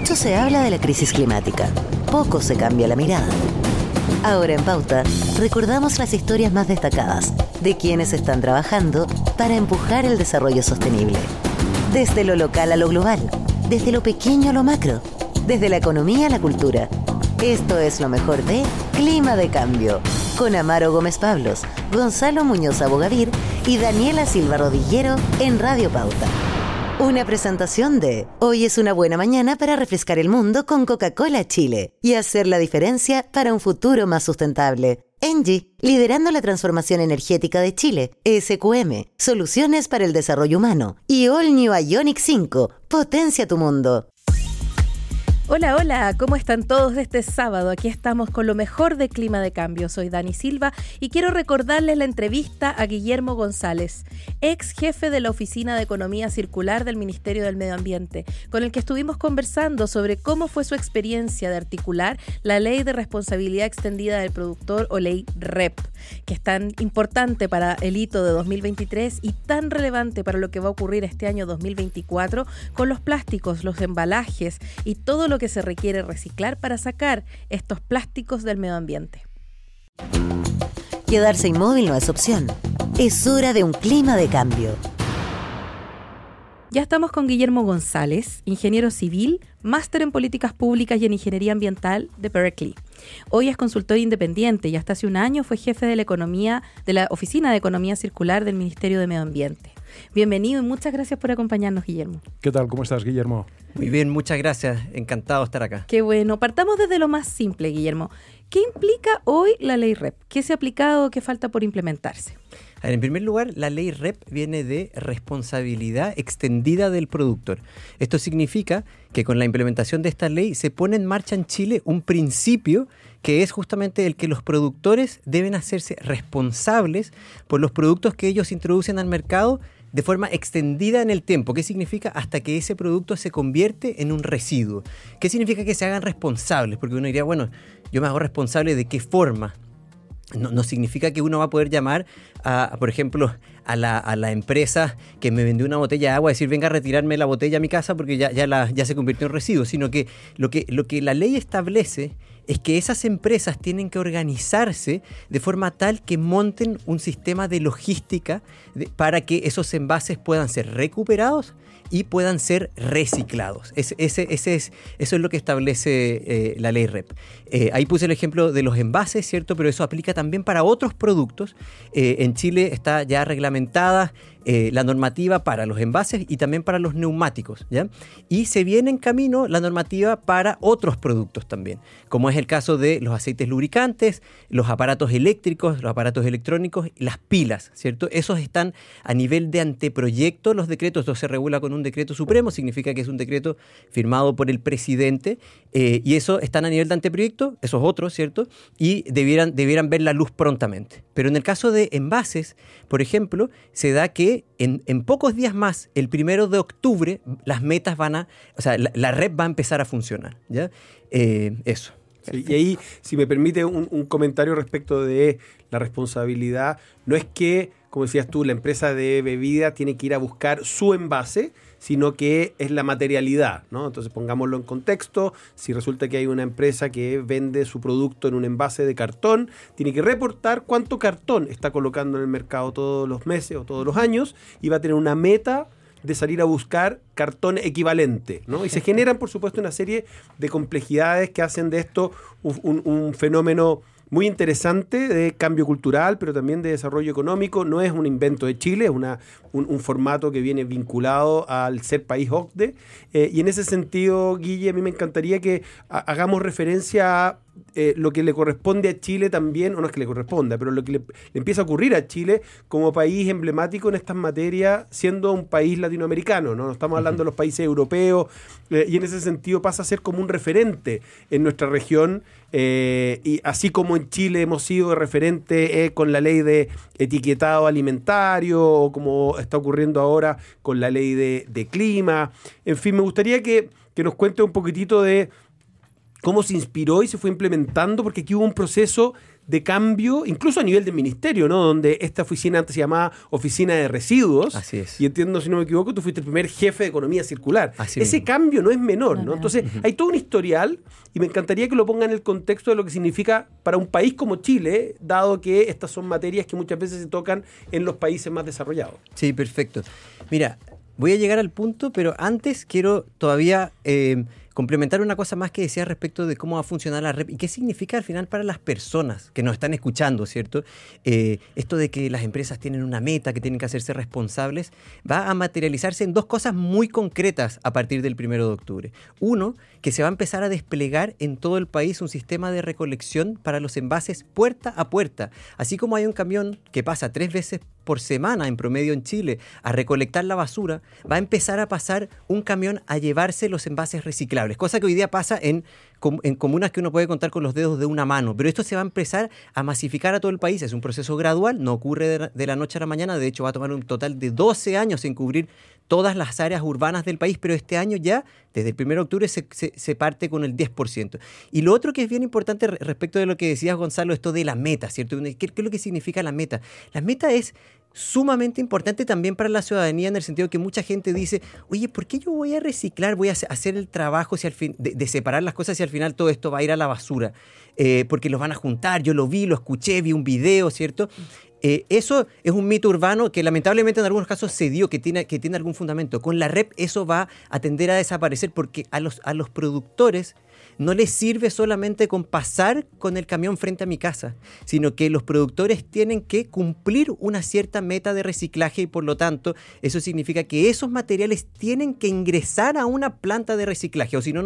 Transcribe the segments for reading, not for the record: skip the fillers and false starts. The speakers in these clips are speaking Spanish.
Mucho se habla de la crisis climática, poco se cambia la mirada. Ahora en Pauta, recordamos las historias más destacadas de quienes están trabajando para empujar el desarrollo sostenible. Desde lo local a lo global, desde lo pequeño a lo macro, desde la economía a la cultura. Esto es lo mejor de Clima de Cambio, con Amaro Gómez Pablos, Gonzalo Muñoz Abogavir y Daniela Silva Rodillero en Radio Pauta. Una presentación de Hoy es una buena mañana para refrescar el mundo con Coca-Cola Chile y hacer la diferencia para un futuro más sustentable. Engie, liderando la transformación energética de Chile. SQM, soluciones para el desarrollo humano. Y All New Ioniq 5, potencia tu mundo. Hola, hola, ¿cómo están todos este sábado? Aquí estamos con lo mejor de Clima de Cambio. Soy Dani Silva y quiero recordarles la entrevista a Guillermo González, ex jefe de la Oficina de Economía Circular del Ministerio del Medio Ambiente, con el que estuvimos conversando sobre cómo fue su experiencia de articular la Ley de Responsabilidad Extendida del Productor o Ley REP, que es tan importante para el hito de 2023 y tan relevante para lo que va a ocurrir este año 2024 con los plásticos, los embalajes y todo lo que se requiere reciclar para sacar estos plásticos del medio ambiente. Quedarse inmóvil no es opción. Es hora de un clima de cambio. Ya estamos con Guillermo González, ingeniero civil, máster en políticas públicas y en ingeniería ambiental de Berkeley. Hoy es consultor independiente y hasta hace un año fue jefe de la Oficina de Economía Circular del Ministerio de Medio Ambiente. Bienvenido y muchas gracias por acompañarnos, Guillermo. ¿Qué tal? ¿Cómo estás, Guillermo? Muy bien, muchas gracias. Encantado de estar acá. Qué bueno. Partamos desde lo más simple, Guillermo. ¿Qué implica hoy la ley REP? ¿Qué se ha aplicado o qué falta por implementarse? A ver, en primer lugar, la ley REP viene de responsabilidad extendida del productor. Esto significa que con la implementación de esta ley se pone en marcha en Chile un principio que es justamente el que los productores deben hacerse responsables por los productos que ellos introducen al mercado de forma extendida en el tiempo. ¿Qué significa? Hasta que ese producto se convierte en un residuo. ¿Qué significa que se hagan responsables? Porque uno diría, bueno, yo me hago responsable ¿de qué forma? No significa que uno va a poder llamar, por ejemplo, a la empresa que me vendió una botella de agua, decir, venga a retirarme la botella a mi casa porque ya se convirtió en residuo, sino que lo que la ley establece es que esas empresas tienen que organizarse de forma tal que monten un sistema de logística para que esos envases puedan ser recuperados y puedan ser reciclados. Eso es lo que establece la ley REP. Ahí puse el ejemplo de los envases, ¿cierto? Pero eso aplica también para otros productos. En Chile está ya reglamentada la normativa para los envases y también para los neumáticos, ¿ya? Y se viene en camino la normativa para otros productos también, como es el caso de los aceites lubricantes, los aparatos eléctricos, los aparatos electrónicos y las pilas, ¿cierto? Esos están a nivel de anteproyecto, los decretos. Esto se regula con un decreto supremo, significa que es un decreto firmado por el presidente, y eso están a nivel de anteproyecto, esos otros, ¿cierto? Y debieran ver la luz prontamente. Pero en el caso de envases, por ejemplo, se da que en pocos días más, el 1 de octubre, las metas la REP va a empezar a funcionar, ¿ya? Eso. Sí, y ahí, si me permite un comentario respecto de la responsabilidad, no es que, como decías tú, la empresa de bebida tiene que ir a buscar su envase, sino que es la materialidad, ¿no? Entonces pongámoslo en contexto. Si resulta que hay una empresa que vende su producto en un envase de cartón, tiene que reportar cuánto cartón está colocando en el mercado todos los meses o todos los años y va a tener una meta de salir a buscar cartón equivalente, ¿no? Y se generan, por supuesto, una serie de complejidades que hacen de esto un fenómeno muy interesante de cambio cultural, pero también de desarrollo económico. No es un invento de Chile, es un formato que viene vinculado al ser país OCDE. Y en ese sentido, Guille, a mí me encantaría que hagamos referencia a lo que le corresponde a Chile también, o no es que le corresponda, pero lo que le empieza a ocurrir a Chile como país emblemático en estas materias, siendo un país latinoamericano, ¿no? Estamos hablando de los países europeos, y en ese sentido pasa a ser como un referente en nuestra región, y así como en Chile hemos sido referente con la ley de etiquetado alimentario, o como está ocurriendo ahora con la ley de clima. En fin, me gustaría que nos cuente un poquitito de cómo se inspiró y se fue implementando, porque aquí hubo un proceso de cambio, incluso a nivel del ministerio, ¿no? Donde esta oficina antes se llamaba Oficina de Residuos. Así es. Y entiendo, si no me equivoco, tú fuiste el primer jefe de economía circular. Así Ese mismo. cambio no es menor, ¿no? No. Entonces, hay todo un historial y me encantaría que lo pongan en el contexto de lo que significa para un país como Chile, dado que estas son materias que muchas veces se tocan en los países más desarrollados. Sí, perfecto. Mira, voy a llegar al punto, pero antes quiero todavía complementar una cosa más que decía respecto de cómo va a funcionar la REP y qué significa al final para las personas que nos están escuchando, ¿cierto? Esto de que las empresas tienen una meta, que tienen que hacerse responsables, va a materializarse en dos cosas muy concretas a partir del 1 de octubre. Uno, que se va a empezar a desplegar en todo el país un sistema de recolección para los envases puerta a puerta. Así como hay un camión que pasa 3 veces por semana en promedio en Chile a recolectar la basura, va a empezar a pasar un camión a llevarse los envases reciclables, cosa que hoy día pasa en comunas que uno puede contar con los dedos de una mano, pero esto se va a empezar a masificar a todo el país. Es un proceso gradual, no ocurre de la noche a la mañana, de hecho va a tomar un total de 12 años en cubrir todas las áreas urbanas del país, pero este año ya, desde el 1 de octubre, se parte con el 10%. Y lo otro que es bien importante respecto de lo que decías, Gonzalo, esto de la meta, ¿cierto? ¿Qué es lo que significa la meta? La meta es sumamente importante también para la ciudadanía, en el sentido que mucha gente dice, oye, ¿por qué yo voy a reciclar, voy a hacer el trabajo de separar las cosas si al final todo esto va a ir a la basura? Porque los van a juntar, yo lo vi, lo escuché, vi un video, ¿cierto? Eso es un mito urbano que lamentablemente en algunos casos se dio, que tiene algún fundamento. Con la REP eso va a tender a desaparecer porque a los productores no les sirve solamente con pasar con el camión frente a mi casa, sino que los productores tienen que cumplir una cierta meta de reciclaje y por lo tanto eso significa que esos materiales tienen que ingresar a una planta de reciclaje o si no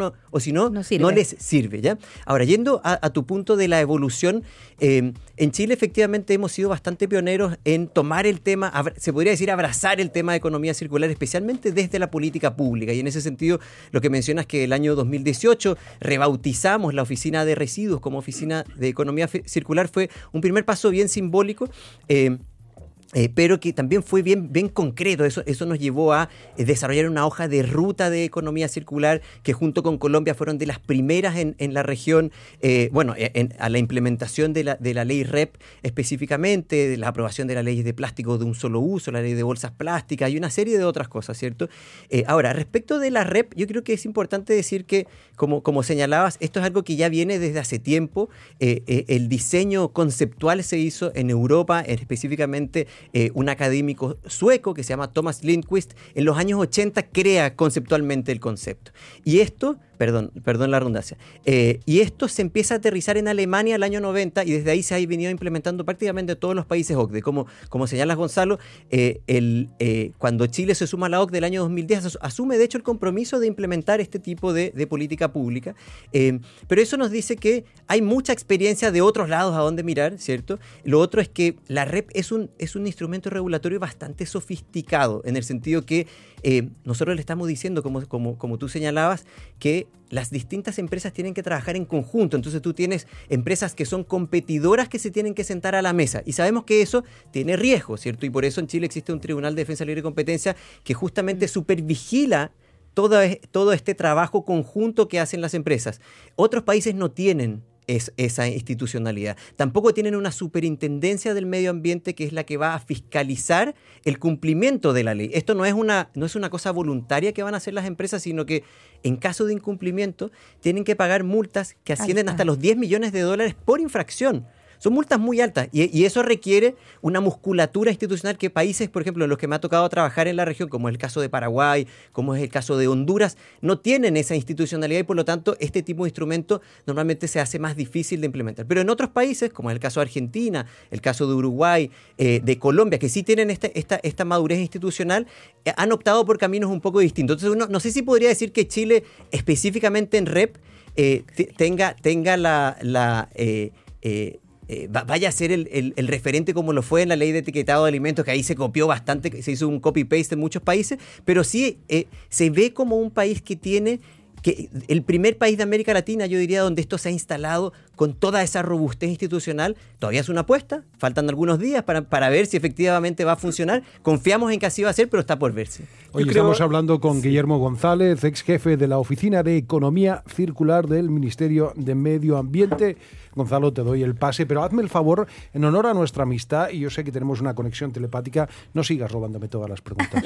no les sirve, ¿ya? Ahora, yendo a tu punto de la evolución, en Chile efectivamente hemos sido bastante pioneros en tomar el tema, se podría decir abrazar el tema de economía circular, especialmente desde la política pública, y en ese sentido lo que mencionas que el año 2018 rebautizamos la Oficina de Residuos como Oficina de Economía Circular fue un primer paso bien simbólico, pero que también fue bien concreto. Eso nos llevó a desarrollar una hoja de ruta de economía circular que junto con Colombia fueron de las primeras en la región, a la implementación de la ley REP específicamente, de la aprobación de la ley de plástico de un solo uso, la ley de bolsas plásticas y una serie de otras cosas, ¿cierto? Ahora, respecto de la REP, yo creo que es importante decir que, como señalabas, esto es algo que ya viene desde hace tiempo. El diseño conceptual se hizo en Europa, específicamente un académico sueco que se llama Thomas Lindquist, en los años 80 crea conceptualmente el concepto. Y esto, perdón la redundancia, y esto se empieza a aterrizar en Alemania el año 90 y desde ahí se ha venido implementando prácticamente todos los países OCDE. Como señalas, Gonzalo, cuando Chile se suma a la OCDE del año 2010, asume de hecho el compromiso de implementar este tipo de política pública, pero eso nos dice que hay mucha experiencia de otros lados a donde mirar, ¿cierto? Lo otro es que la REP es un instrumento regulatorio bastante sofisticado, en el sentido que nosotros le estamos diciendo, como tú señalabas, que las distintas empresas tienen que trabajar en conjunto. Entonces tú tienes empresas que son competidoras que se tienen que sentar a la mesa y sabemos que eso tiene riesgo, ¿cierto? Y por eso en Chile existe un Tribunal de Defensa Libre y Competencia que justamente supervigila todo este trabajo conjunto que hacen las empresas. Otros países no tienen esa institucionalidad. Tampoco tienen una superintendencia del medio ambiente que es la que va a fiscalizar el cumplimiento de la ley. Esto no es una cosa voluntaria que van a hacer las empresas, sino que en caso de incumplimiento tienen que pagar multas que ascienden hasta los $10 millones por infracción. Son multas muy altas y eso requiere una musculatura institucional que países, por ejemplo, en los que me ha tocado trabajar en la región, como es el caso de Paraguay, como es el caso de Honduras, no tienen esa institucionalidad y por lo tanto este tipo de instrumento normalmente se hace más difícil de implementar. Pero en otros países, como es el caso de Argentina, el caso de Uruguay, de Colombia, que sí tienen esta madurez institucional, han optado por caminos un poco distintos. Entonces no sé si podría decir que Chile, específicamente en REP, vaya a ser el referente como lo fue en la ley de etiquetado de alimentos, que ahí se copió bastante, se hizo un copy-paste en muchos países, pero sí se ve como un país que tiene que el primer país de América Latina, yo diría, donde esto se ha instalado con toda esa robustez institucional. Todavía es una apuesta, faltan algunos días para ver si efectivamente va a funcionar. Confiamos en que así va a ser, pero está por verse. Hoy estamos hablando con Guillermo González, ex jefe de la Oficina de Economía Circular del Ministerio de Medio Ambiente. Gonzalo, te doy el pase, pero hazme el favor, en honor a nuestra amistad, y yo sé que tenemos una conexión telepática, no sigas robándome todas las preguntas.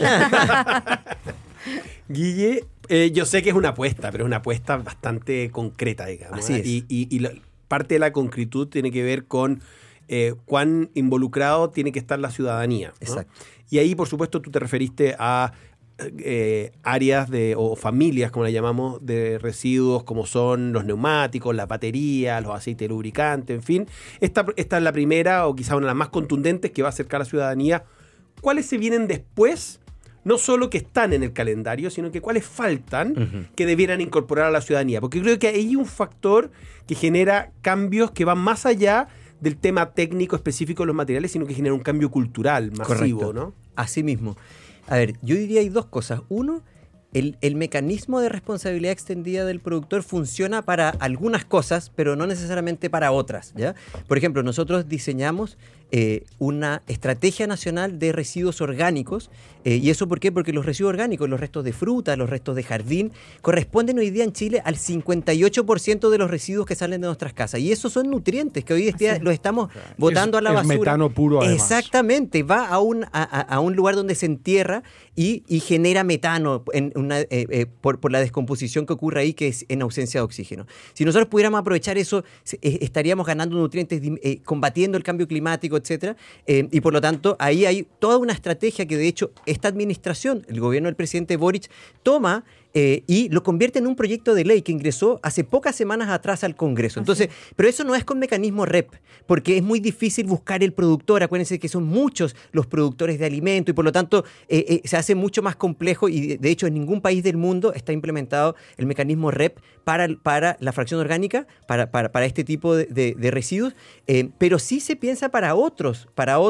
Guille, yo sé que es una apuesta, pero es una apuesta bastante concreta, digamos. Así es. Y parte de la concretud tiene que ver con cuán involucrado tiene que estar la ciudadanía, ¿no? Exacto. Y ahí, por supuesto, tú te referiste a áreas o familias, como le llamamos, de residuos como son los neumáticos, la batería, los aceites lubricantes, en fin. Esta es la primera, o quizá una de las más contundentes, que va a acercar a la ciudadanía. ¿Cuáles se vienen después? No solo que están en el calendario, sino que cuáles faltan que debieran incorporar a la ciudadanía. Porque creo que hay un factor que genera cambios que van más allá del tema técnico específico de los materiales, sino que genera un cambio cultural masivo. Correcto. ¿No? Así mismo. A ver, yo diría hay dos cosas. Uno, el mecanismo de responsabilidad extendida del productor funciona para algunas cosas, pero no necesariamente para otras, ¿ya? Por ejemplo, nosotros diseñamos una estrategia nacional de residuos orgánicos. ¿Y eso por qué? Porque los residuos orgánicos, los restos de fruta, los restos de jardín, corresponden hoy día en Chile al 58% de los residuos que salen de nuestras casas. Y esos son nutrientes que hoy día los estamos botando a la basura. Es metano puro, además. Exactamente. Va a un lugar donde se entierra y genera metano por la descomposición que ocurre ahí, que es en ausencia de oxígeno. Si nosotros pudiéramos aprovechar eso, estaríamos ganando nutrientes, combatiendo el cambio climático, etcétera. Y por lo tanto, ahí hay toda una estrategia que, de hecho, esta administración, el gobierno del presidente Boric, toma y lo convierte en un proyecto de ley que ingresó hace pocas semanas atrás al Congreso. Entonces, pero eso no es con mecanismo REP, porque es muy difícil buscar el productor. Acuérdense que son muchos los productores de alimento y por lo tanto se hace mucho más complejo y de hecho en ningún país del mundo está implementado el mecanismo REP para la fracción orgánica, para este tipo de residuos, pero sí se piensa para otros,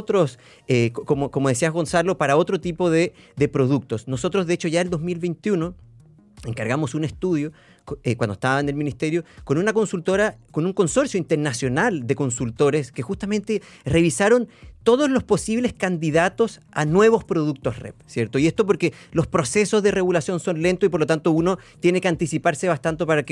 como decías Gonzalo, para otro tipo de productos. Nosotros, de hecho, ya en 2021 encargamos un estudio cuando estaba en el ministerio con una consultora, con un consorcio internacional de consultores que justamente revisaron todos los posibles candidatos a nuevos productos REP, ¿cierto? Y esto porque los procesos de regulación son lentos y por lo tanto uno tiene que anticiparse bastante para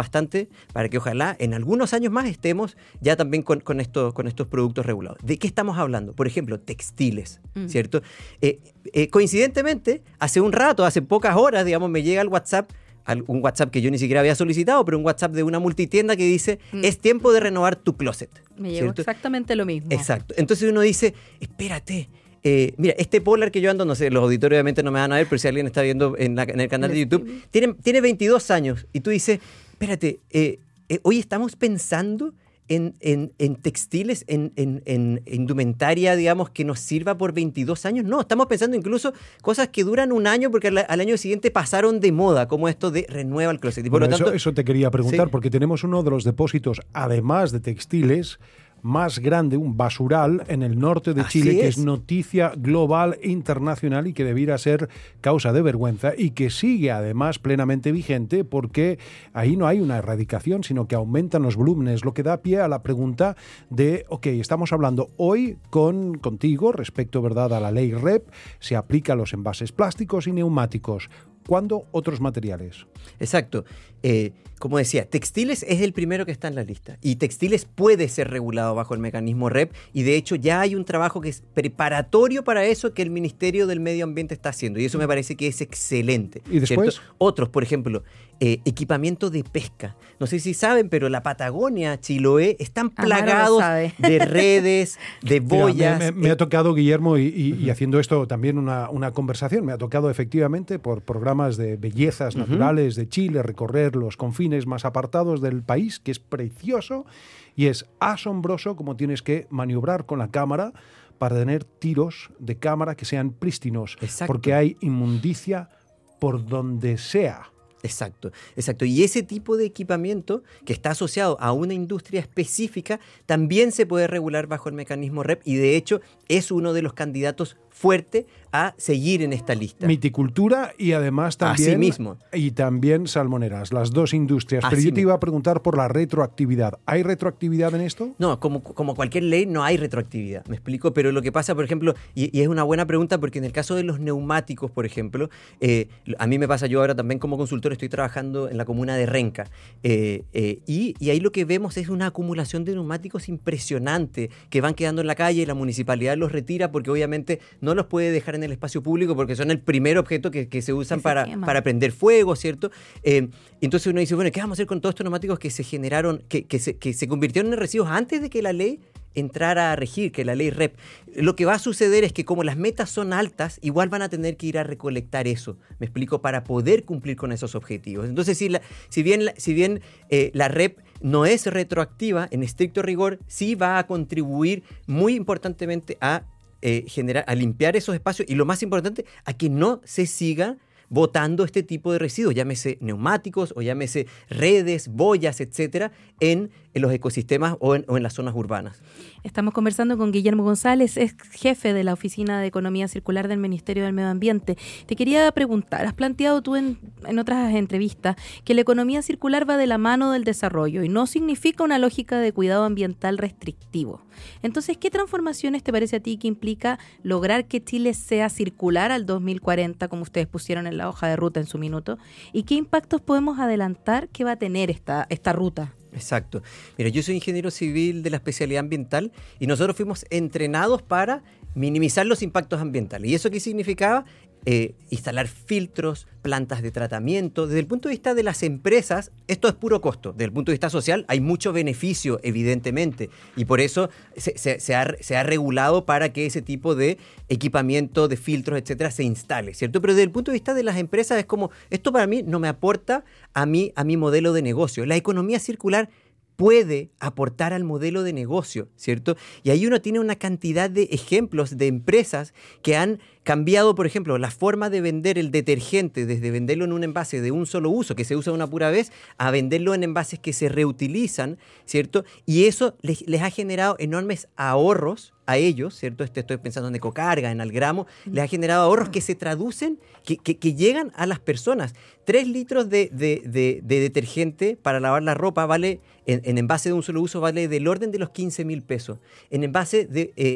que ojalá en algunos años más estemos ya también con estos productos regulados. ¿De qué estamos hablando? Por ejemplo, textiles, ¿cierto? Coincidentemente, hace pocas horas, digamos, me llega el WhatsApp, un WhatsApp que yo ni siquiera había solicitado, pero un WhatsApp de una multitienda que dice, es tiempo de renovar tu closet. Me llegó exactamente lo mismo. Exacto. Entonces uno dice, espérate, mira, este polar que yo ando, no sé, los auditores obviamente no me van a ver, pero si alguien está viendo en el canal de YouTube, tiene 22 años. Y tú dices, espérate, hoy estamos pensando en textiles, en indumentaria, digamos, que nos sirva por 22 años. No, estamos pensando incluso cosas que duran un año porque al año siguiente pasaron de moda, como esto de renueva el closet. Y por lo tanto, eso te quería preguntar, sí, porque tenemos uno de los depósitos, además de textiles, más grande, un basural en el norte de Chile, que es noticia global internacional y que debiera ser causa de vergüenza y que sigue además plenamente vigente porque ahí no hay una erradicación, sino que aumentan los volúmenes, lo que da pie a la pregunta de, estamos hablando hoy contigo respecto, ¿verdad?, a la ley REP, se aplica a los envases plásticos y neumáticos. ¿Cuándo otros materiales? Exacto. Como decía, textiles es el primero que está en la lista y textiles puede ser regulado bajo el mecanismo REP y de hecho ya hay un trabajo que es preparatorio para eso que el Ministerio del Medio Ambiente está haciendo y eso me parece que es excelente. ¿Y después? ¿Cierto? Otros, por ejemplo, equipamiento de pesca. No sé si saben, pero la Patagonia, Chiloé, están plagados de redes, de boyas. Mira, me ha tocado, Guillermo, y haciendo esto también una conversación, me ha tocado efectivamente por programas de bellezas naturales de Chile, recorrer los confines más apartados del país, que es precioso y es asombroso cómo tienes que maniobrar con la cámara para tener tiros de cámara que sean prístinos. Exacto. Porque hay inmundicia por donde sea. Exacto. Y ese tipo de equipamiento que está asociado a una industria específica también se puede regular bajo el mecanismo REP y de hecho es uno de los candidatos fuerte a seguir en esta lista. Miticultura y además también... Así mismo. Y también salmoneras, las dos industrias. Pero yo te iba a preguntar por la retroactividad. ¿Hay retroactividad en esto? No, como cualquier ley no hay retroactividad, me explico, pero lo que pasa, por ejemplo, y es una buena pregunta porque en el caso de los neumáticos, por ejemplo, a mí me pasa, yo ahora también como consultor estoy trabajando en la comuna de Renca, y ahí lo que vemos es una acumulación de neumáticos impresionante que van quedando en la calle y la municipalidad los retira porque obviamente no los puede dejar en el espacio público porque son el primer objeto que se usan para prender fuego, ¿cierto? Entonces uno dice, bueno, ¿qué vamos a hacer con todos estos neumáticos que se generaron, que se convirtieron en residuos antes de que la ley entrara a regir, que la ley REP? Lo que va a suceder es que como las metas son altas, igual van a tener que ir a recolectar eso, me explico, para poder cumplir con esos objetivos. Entonces, si bien la REP no es retroactiva, en estricto rigor, sí va a contribuir muy importantemente a limpiar esos espacios y lo más importante, a que no se siga botando este tipo de residuos, llámese neumáticos o llámese redes, boyas, etcétera, en los ecosistemas o en las zonas urbanas. Estamos conversando con Guillermo González, ex jefe de la Oficina de Economía Circular del Ministerio del Medio Ambiente. Te quería preguntar, has planteado tú en otras entrevistas que la economía circular va de la mano del desarrollo y no significa una lógica de cuidado ambiental restrictivo. Entonces, ¿qué transformaciones te parece a ti que implica lograr que Chile sea circular al 2040, como ustedes pusieron en la hoja de ruta en su minuto? ¿Y qué impactos podemos adelantar que va a tener esta ruta? Exacto. Mira, yo soy ingeniero civil de la especialidad ambiental y nosotros fuimos entrenados para minimizar los impactos ambientales. ¿Y eso qué significaba? Instalar filtros, plantas de tratamiento. Desde el punto de vista de las empresas, esto es puro costo. Desde el punto de vista social, hay mucho beneficio, evidentemente, y por eso se ha regulado para que ese tipo de equipamiento, de filtros, etcétera, se instale, ¿cierto? Pero desde el punto de vista de las empresas es como, esto para mí no me aporta a mi modelo de negocio. La economía circular puede aportar al modelo de negocio, ¿cierto? Y ahí uno tiene una cantidad de ejemplos de empresas que han cambiado, por ejemplo, la forma de vender el detergente, desde venderlo en un envase de un solo uso, que se usa una pura vez, a venderlo en envases que se reutilizan, ¿cierto? Y eso les ha generado enormes ahorros a ellos, ¿cierto? Estoy pensando en Ecocarga, en Algramo, les ha generado ahorros que se traducen, que llegan a las personas. 3 litros de detergente para lavar la ropa vale, en envase de un solo uso, vale del orden de los 15.000 pesos. En envase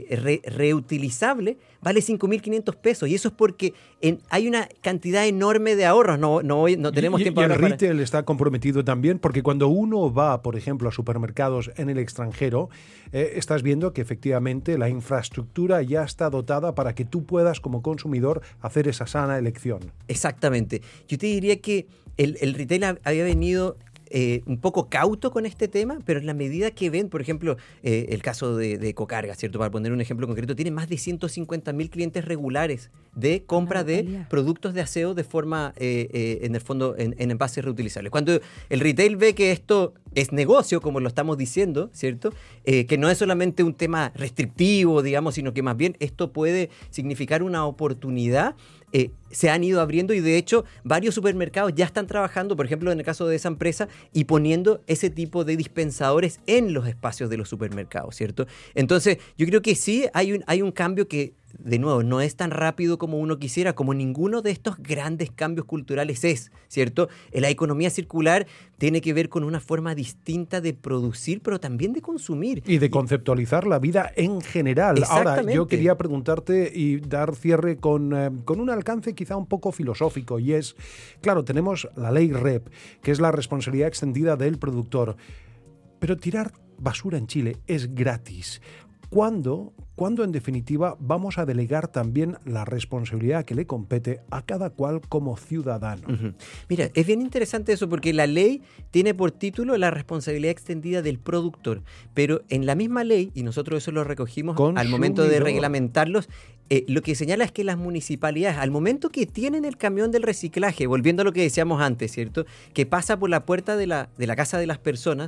reutilizable vale 5.500 pesos. Y eso es porque hay una cantidad enorme de ahorros. No tenemos tiempo ahora. Y el retail está comprometido también, porque cuando uno va, por ejemplo, a supermercados en el extranjero, estás viendo que efectivamente la infraestructura ya está dotada para que tú puedas, como consumidor, hacer esa sana elección. Exactamente. Yo te diría que el retail había venido un poco cauto con este tema, pero en la medida que ven, por ejemplo, el caso de Ecocarga, ¿cierto? Para poner un ejemplo concreto, tiene más de 150.000 clientes regulares de compra de productos de aseo de forma, en el fondo, en envases reutilizables. Cuando el retail ve que esto es negocio, como lo estamos diciendo, ¿cierto? Que no es solamente un tema restrictivo, digamos, sino que más bien esto puede significar una oportunidad. Se han ido abriendo y de hecho varios supermercados ya están trabajando, por ejemplo en el caso de esa empresa, y poniendo ese tipo de dispensadores en los espacios de los supermercados, ¿cierto? Entonces yo creo que sí hay un cambio que, de nuevo, no es tan rápido como uno quisiera, como ninguno de estos grandes cambios culturales es, ¿cierto? La economía circular tiene que ver con una forma distinta de producir, pero también de consumir. Y de conceptualizar la vida en general. Ahora, yo quería preguntarte y dar cierre con un alcance quizá un poco filosófico, y es, claro, tenemos la ley REP, que es la responsabilidad extendida del productor, pero tirar basura en Chile es gratis. ¿Cuándo en definitiva vamos a delegar también la responsabilidad que le compete a cada cual como ciudadano? Uh-huh. Mira, es bien interesante eso porque la ley tiene por título la responsabilidad extendida del productor, pero en la misma ley, y nosotros eso lo recogimos al momento de reglamentarlos, lo que señala es que las municipalidades, al momento que tienen el camión del reciclaje, volviendo a lo que decíamos antes, ¿cierto? Que pasa por la puerta de la casa de las personas,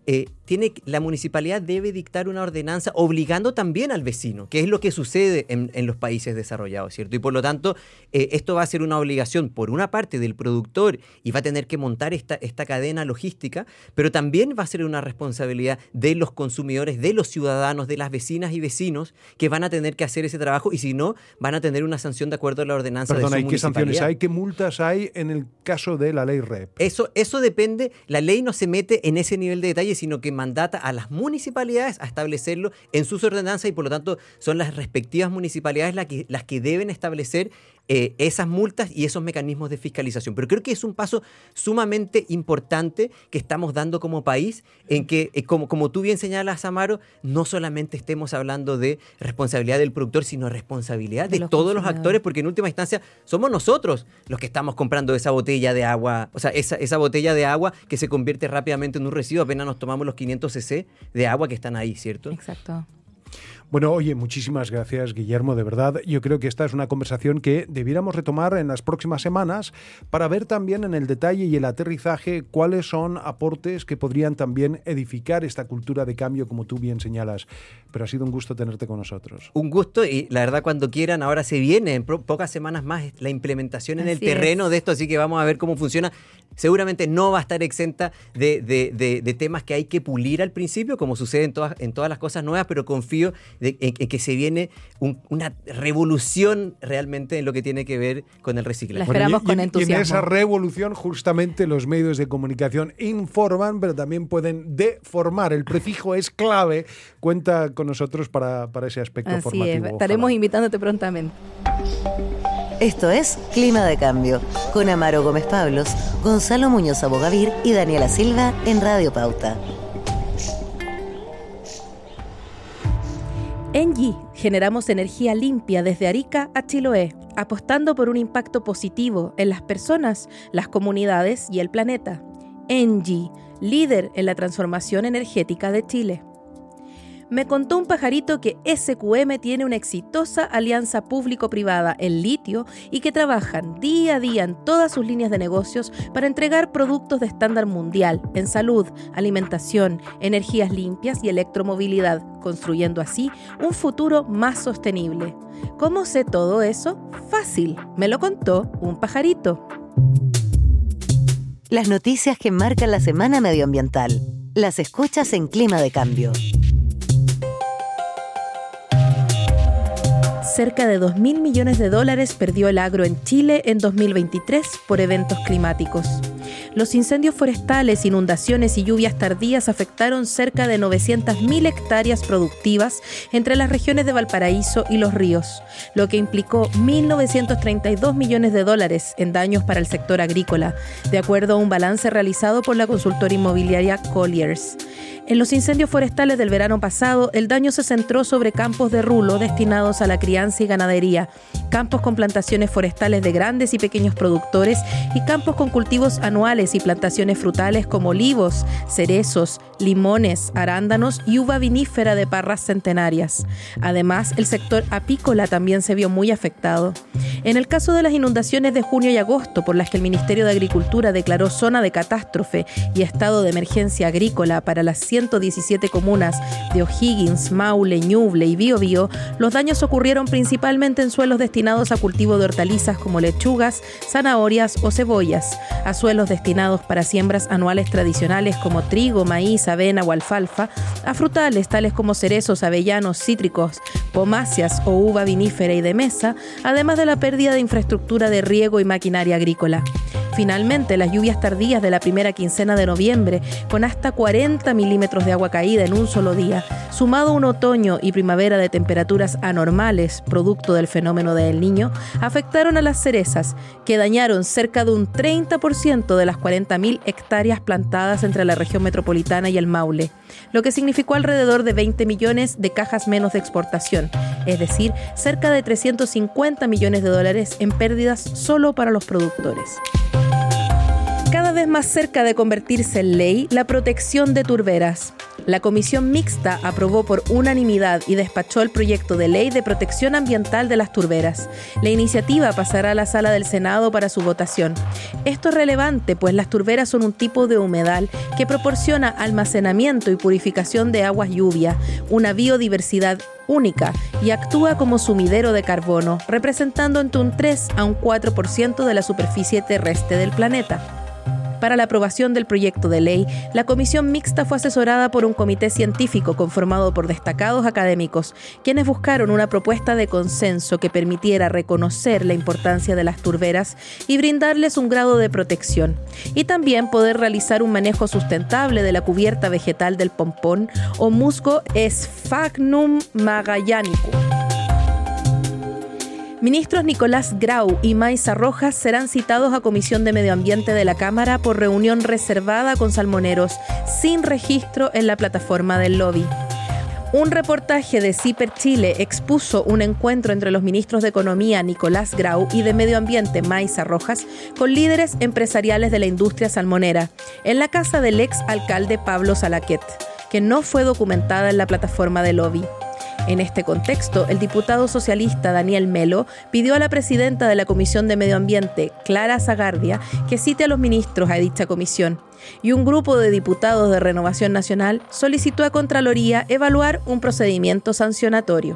la municipalidad debe dictar una ordenanza obligando también al vecino, que es lo que sucede en los países desarrollados, ¿cierto? Y por lo tanto, esto va a ser una obligación por una parte del productor y va a tener que montar esta cadena logística, pero también va a ser una responsabilidad de los consumidores, de los ciudadanos, de las vecinas y vecinos que van a tener que hacer ese trabajo y si no, van a tener una sanción de acuerdo a la ordenanza de su municipalidad. ¿Qué sanciones hay? ¿Qué multas hay en el caso de la ley REP? Eso depende, la ley no se mete en ese nivel de detalle, sino que mandata a las municipalidades a establecerlo en sus ordenanzas y por lo tanto son las respectivas municipalidades las que deben establecer esas multas y esos mecanismos de fiscalización. Pero creo que es un paso sumamente importante que estamos dando como país en que, como tú bien señalas, Amaro, no solamente estemos hablando de responsabilidad del productor, sino responsabilidad de todos los actores, porque en última instancia somos nosotros los que estamos comprando esa botella de agua, o sea, esa botella de agua que se convierte rápidamente en un residuo, apenas nos tomamos los 500 cc de agua que están ahí, ¿cierto? Exacto. Bueno, oye, muchísimas gracias, Guillermo, de verdad. Yo creo que esta es una conversación que debiéramos retomar en las próximas semanas para ver también en el detalle y el aterrizaje cuáles son aportes que podrían también edificar esta cultura de cambio, como tú bien señalas. Pero ha sido un gusto tenerte con nosotros. Un gusto y la verdad cuando quieran, ahora se viene en pocas semanas más la implementación en el terreno de esto, así que vamos a ver cómo funciona. Seguramente no va a estar exenta de temas que hay que pulir al principio, como sucede en todas las cosas nuevas, pero confío en que se viene una revolución realmente en lo que tiene que ver con el reciclaje. La esperamos con entusiasmo. Y en esa revolución justamente los medios de comunicación informan, pero también pueden deformar. El prefijo es clave. Cuenta con nosotros para ese aspecto formativo. Es. Estaremos invitándote prontamente. Esto es Clima de Cambio, con Amaro Gómez Pablos, Gonzalo Muñoz Abogavir y Daniela Silva en Radio Pauta. Engie, generamos energía limpia desde Arica a Chiloé, apostando por un impacto positivo en las personas, las comunidades y el planeta. Engie, líder en la transformación energética de Chile. Me contó un pajarito que SQM tiene una exitosa alianza público-privada en litio y que trabajan día a día en todas sus líneas de negocios para entregar productos de estándar mundial en salud, alimentación, energías limpias y electromovilidad, construyendo así un futuro más sostenible. ¿Cómo sé todo eso? Fácil, me lo contó un pajarito. Las noticias que marcan la semana medioambiental. Las escuchas en Clima de Cambio. Cerca de 2.000 millones de dólares perdió el agro en Chile en 2023 por eventos climáticos. Los incendios forestales, inundaciones y lluvias tardías afectaron cerca de 900.000 hectáreas productivas entre las regiones de Valparaíso y Los Ríos, lo que implicó 1.932 millones de dólares en daños para el sector agrícola, de acuerdo a un balance realizado por la consultora inmobiliaria Colliers. En los incendios forestales del verano pasado, el daño se centró sobre campos de rulo destinados a la crianza y ganadería, campos con plantaciones forestales de grandes y pequeños productores y campos con cultivos anuales y plantaciones frutales como olivos, cerezos, limones, arándanos y uva vinífera de parras centenarias. Además, el sector apícola también se vio muy afectado. En el caso de las inundaciones de junio y agosto, por las que el Ministerio de Agricultura declaró zona de catástrofe y estado de emergencia agrícola para las 117 comunas de O'Higgins, Maule, Ñuble y Biobío, los daños ocurrieron principalmente en suelos destinados a cultivo de hortalizas como lechugas, zanahorias o cebollas, a suelos destinados para siembras anuales tradicionales como trigo, maíz, avena o alfalfa, a frutales tales como cerezos, avellanos, cítricos, pomáceas o uva vinífera y de mesa, además de la pérdida de infraestructura de riego y maquinaria agrícola. Finalmente, las lluvias tardías de la primera quincena de noviembre, con hasta 40 milímetros de agua caída en un solo día, sumado a un otoño y primavera de temperaturas anormales, producto del fenómeno de El Niño, afectaron a las cerezas, que dañaron cerca de un 30% de las 40.000 hectáreas plantadas entre la región metropolitana y el Maule, lo que significó alrededor de 20 millones de cajas menos de exportación, es decir, cerca de 350 millones de dólares en pérdidas solo para los productores. Cada vez más cerca de convertirse en ley la protección de turberas. La comisión mixta aprobó por unanimidad y despachó el proyecto de ley de protección ambiental de las turberas. La iniciativa pasará a la sala del Senado para su votación. Esto es relevante, pues las turberas son un tipo de humedal que proporciona almacenamiento y purificación de aguas lluvia, una biodiversidad única, y actúa como sumidero de carbono, representando entre un 3 a un 4% de la superficie terrestre del planeta. Para la aprobación del proyecto de ley, la comisión mixta fue asesorada por un comité científico conformado por destacados académicos, quienes buscaron una propuesta de consenso que permitiera reconocer la importancia de las turberas y brindarles un grado de protección, y también poder realizar un manejo sustentable de la cubierta vegetal del pompón o musgo Sphagnum magellanicum. Ministros Nicolás Grau y Maysa Rojas serán citados a Comisión de Medio Ambiente de la Cámara por reunión reservada con salmoneros, sin registro en la plataforma del lobby. Un reportaje de CIPER Chile expuso un encuentro entre los ministros de Economía Nicolás Grau y de Medio Ambiente Maysa Rojas con líderes empresariales de la industria salmonera, en la casa del ex alcalde Pablo Salaquet, que no fue documentada en la plataforma del lobby. En este contexto, el diputado socialista Daniel Melo pidió a la presidenta de la Comisión de Medio Ambiente, Clara Zagardia, que cite a los ministros a dicha comisión. Y un grupo de diputados de Renovación Nacional solicitó a Contraloría evaluar un procedimiento sancionatorio.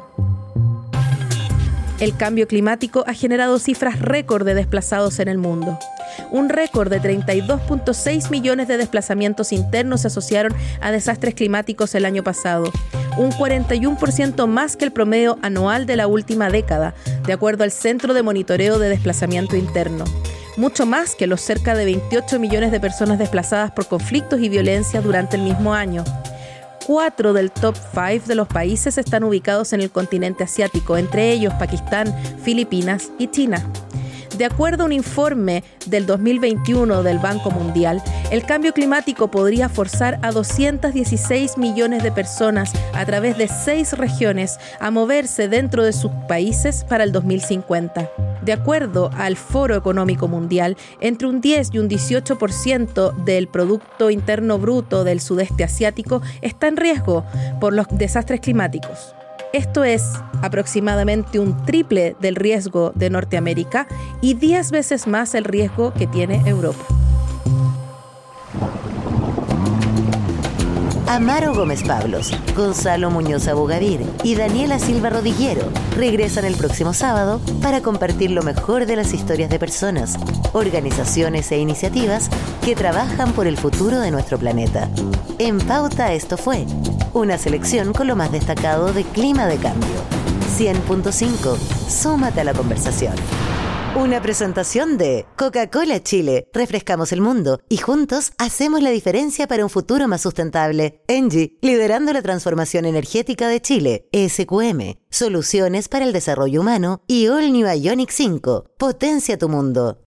El cambio climático ha generado cifras récord de desplazados en el mundo. Un récord de 32.6 millones de desplazamientos internos se asociaron a desastres climáticos el año pasado, un 41% más que el promedio anual de la última década, de acuerdo al Centro de Monitoreo de Desplazamiento Interno. Mucho más que los cerca de 28 millones de personas desplazadas por conflictos y violencia durante el mismo año. 4 del top 5 de los países están ubicados en el continente asiático, entre ellos Pakistán, Filipinas y China. De acuerdo a un informe del 2021 del Banco Mundial, el cambio climático podría forzar a 216 millones de personas a través de 6 regiones a moverse dentro de sus países para el 2050. De acuerdo al Foro Económico Mundial, entre un 10 y un 18% del Producto Interno Bruto del sudeste asiático está en riesgo por los desastres climáticos. Esto es aproximadamente un triple del riesgo de Norteamérica y 10 veces más el riesgo que tiene Europa. Amaro Gómez Pablos, Gonzalo Muñoz Abogadir y Daniela Silva Rodillero regresan el próximo sábado para compartir lo mejor de las historias de personas, organizaciones e iniciativas que trabajan por el futuro de nuestro planeta. En Pauta esto fue una selección con lo más destacado de Clima de Cambio. 100.5. Súmate a la conversación. Una presentación de Coca-Cola Chile. Refrescamos el mundo y juntos hacemos la diferencia para un futuro más sustentable. Engie, liderando la transformación energética de Chile. SQM, soluciones para el desarrollo humano. Y All New Ioniq 5, potencia tu mundo.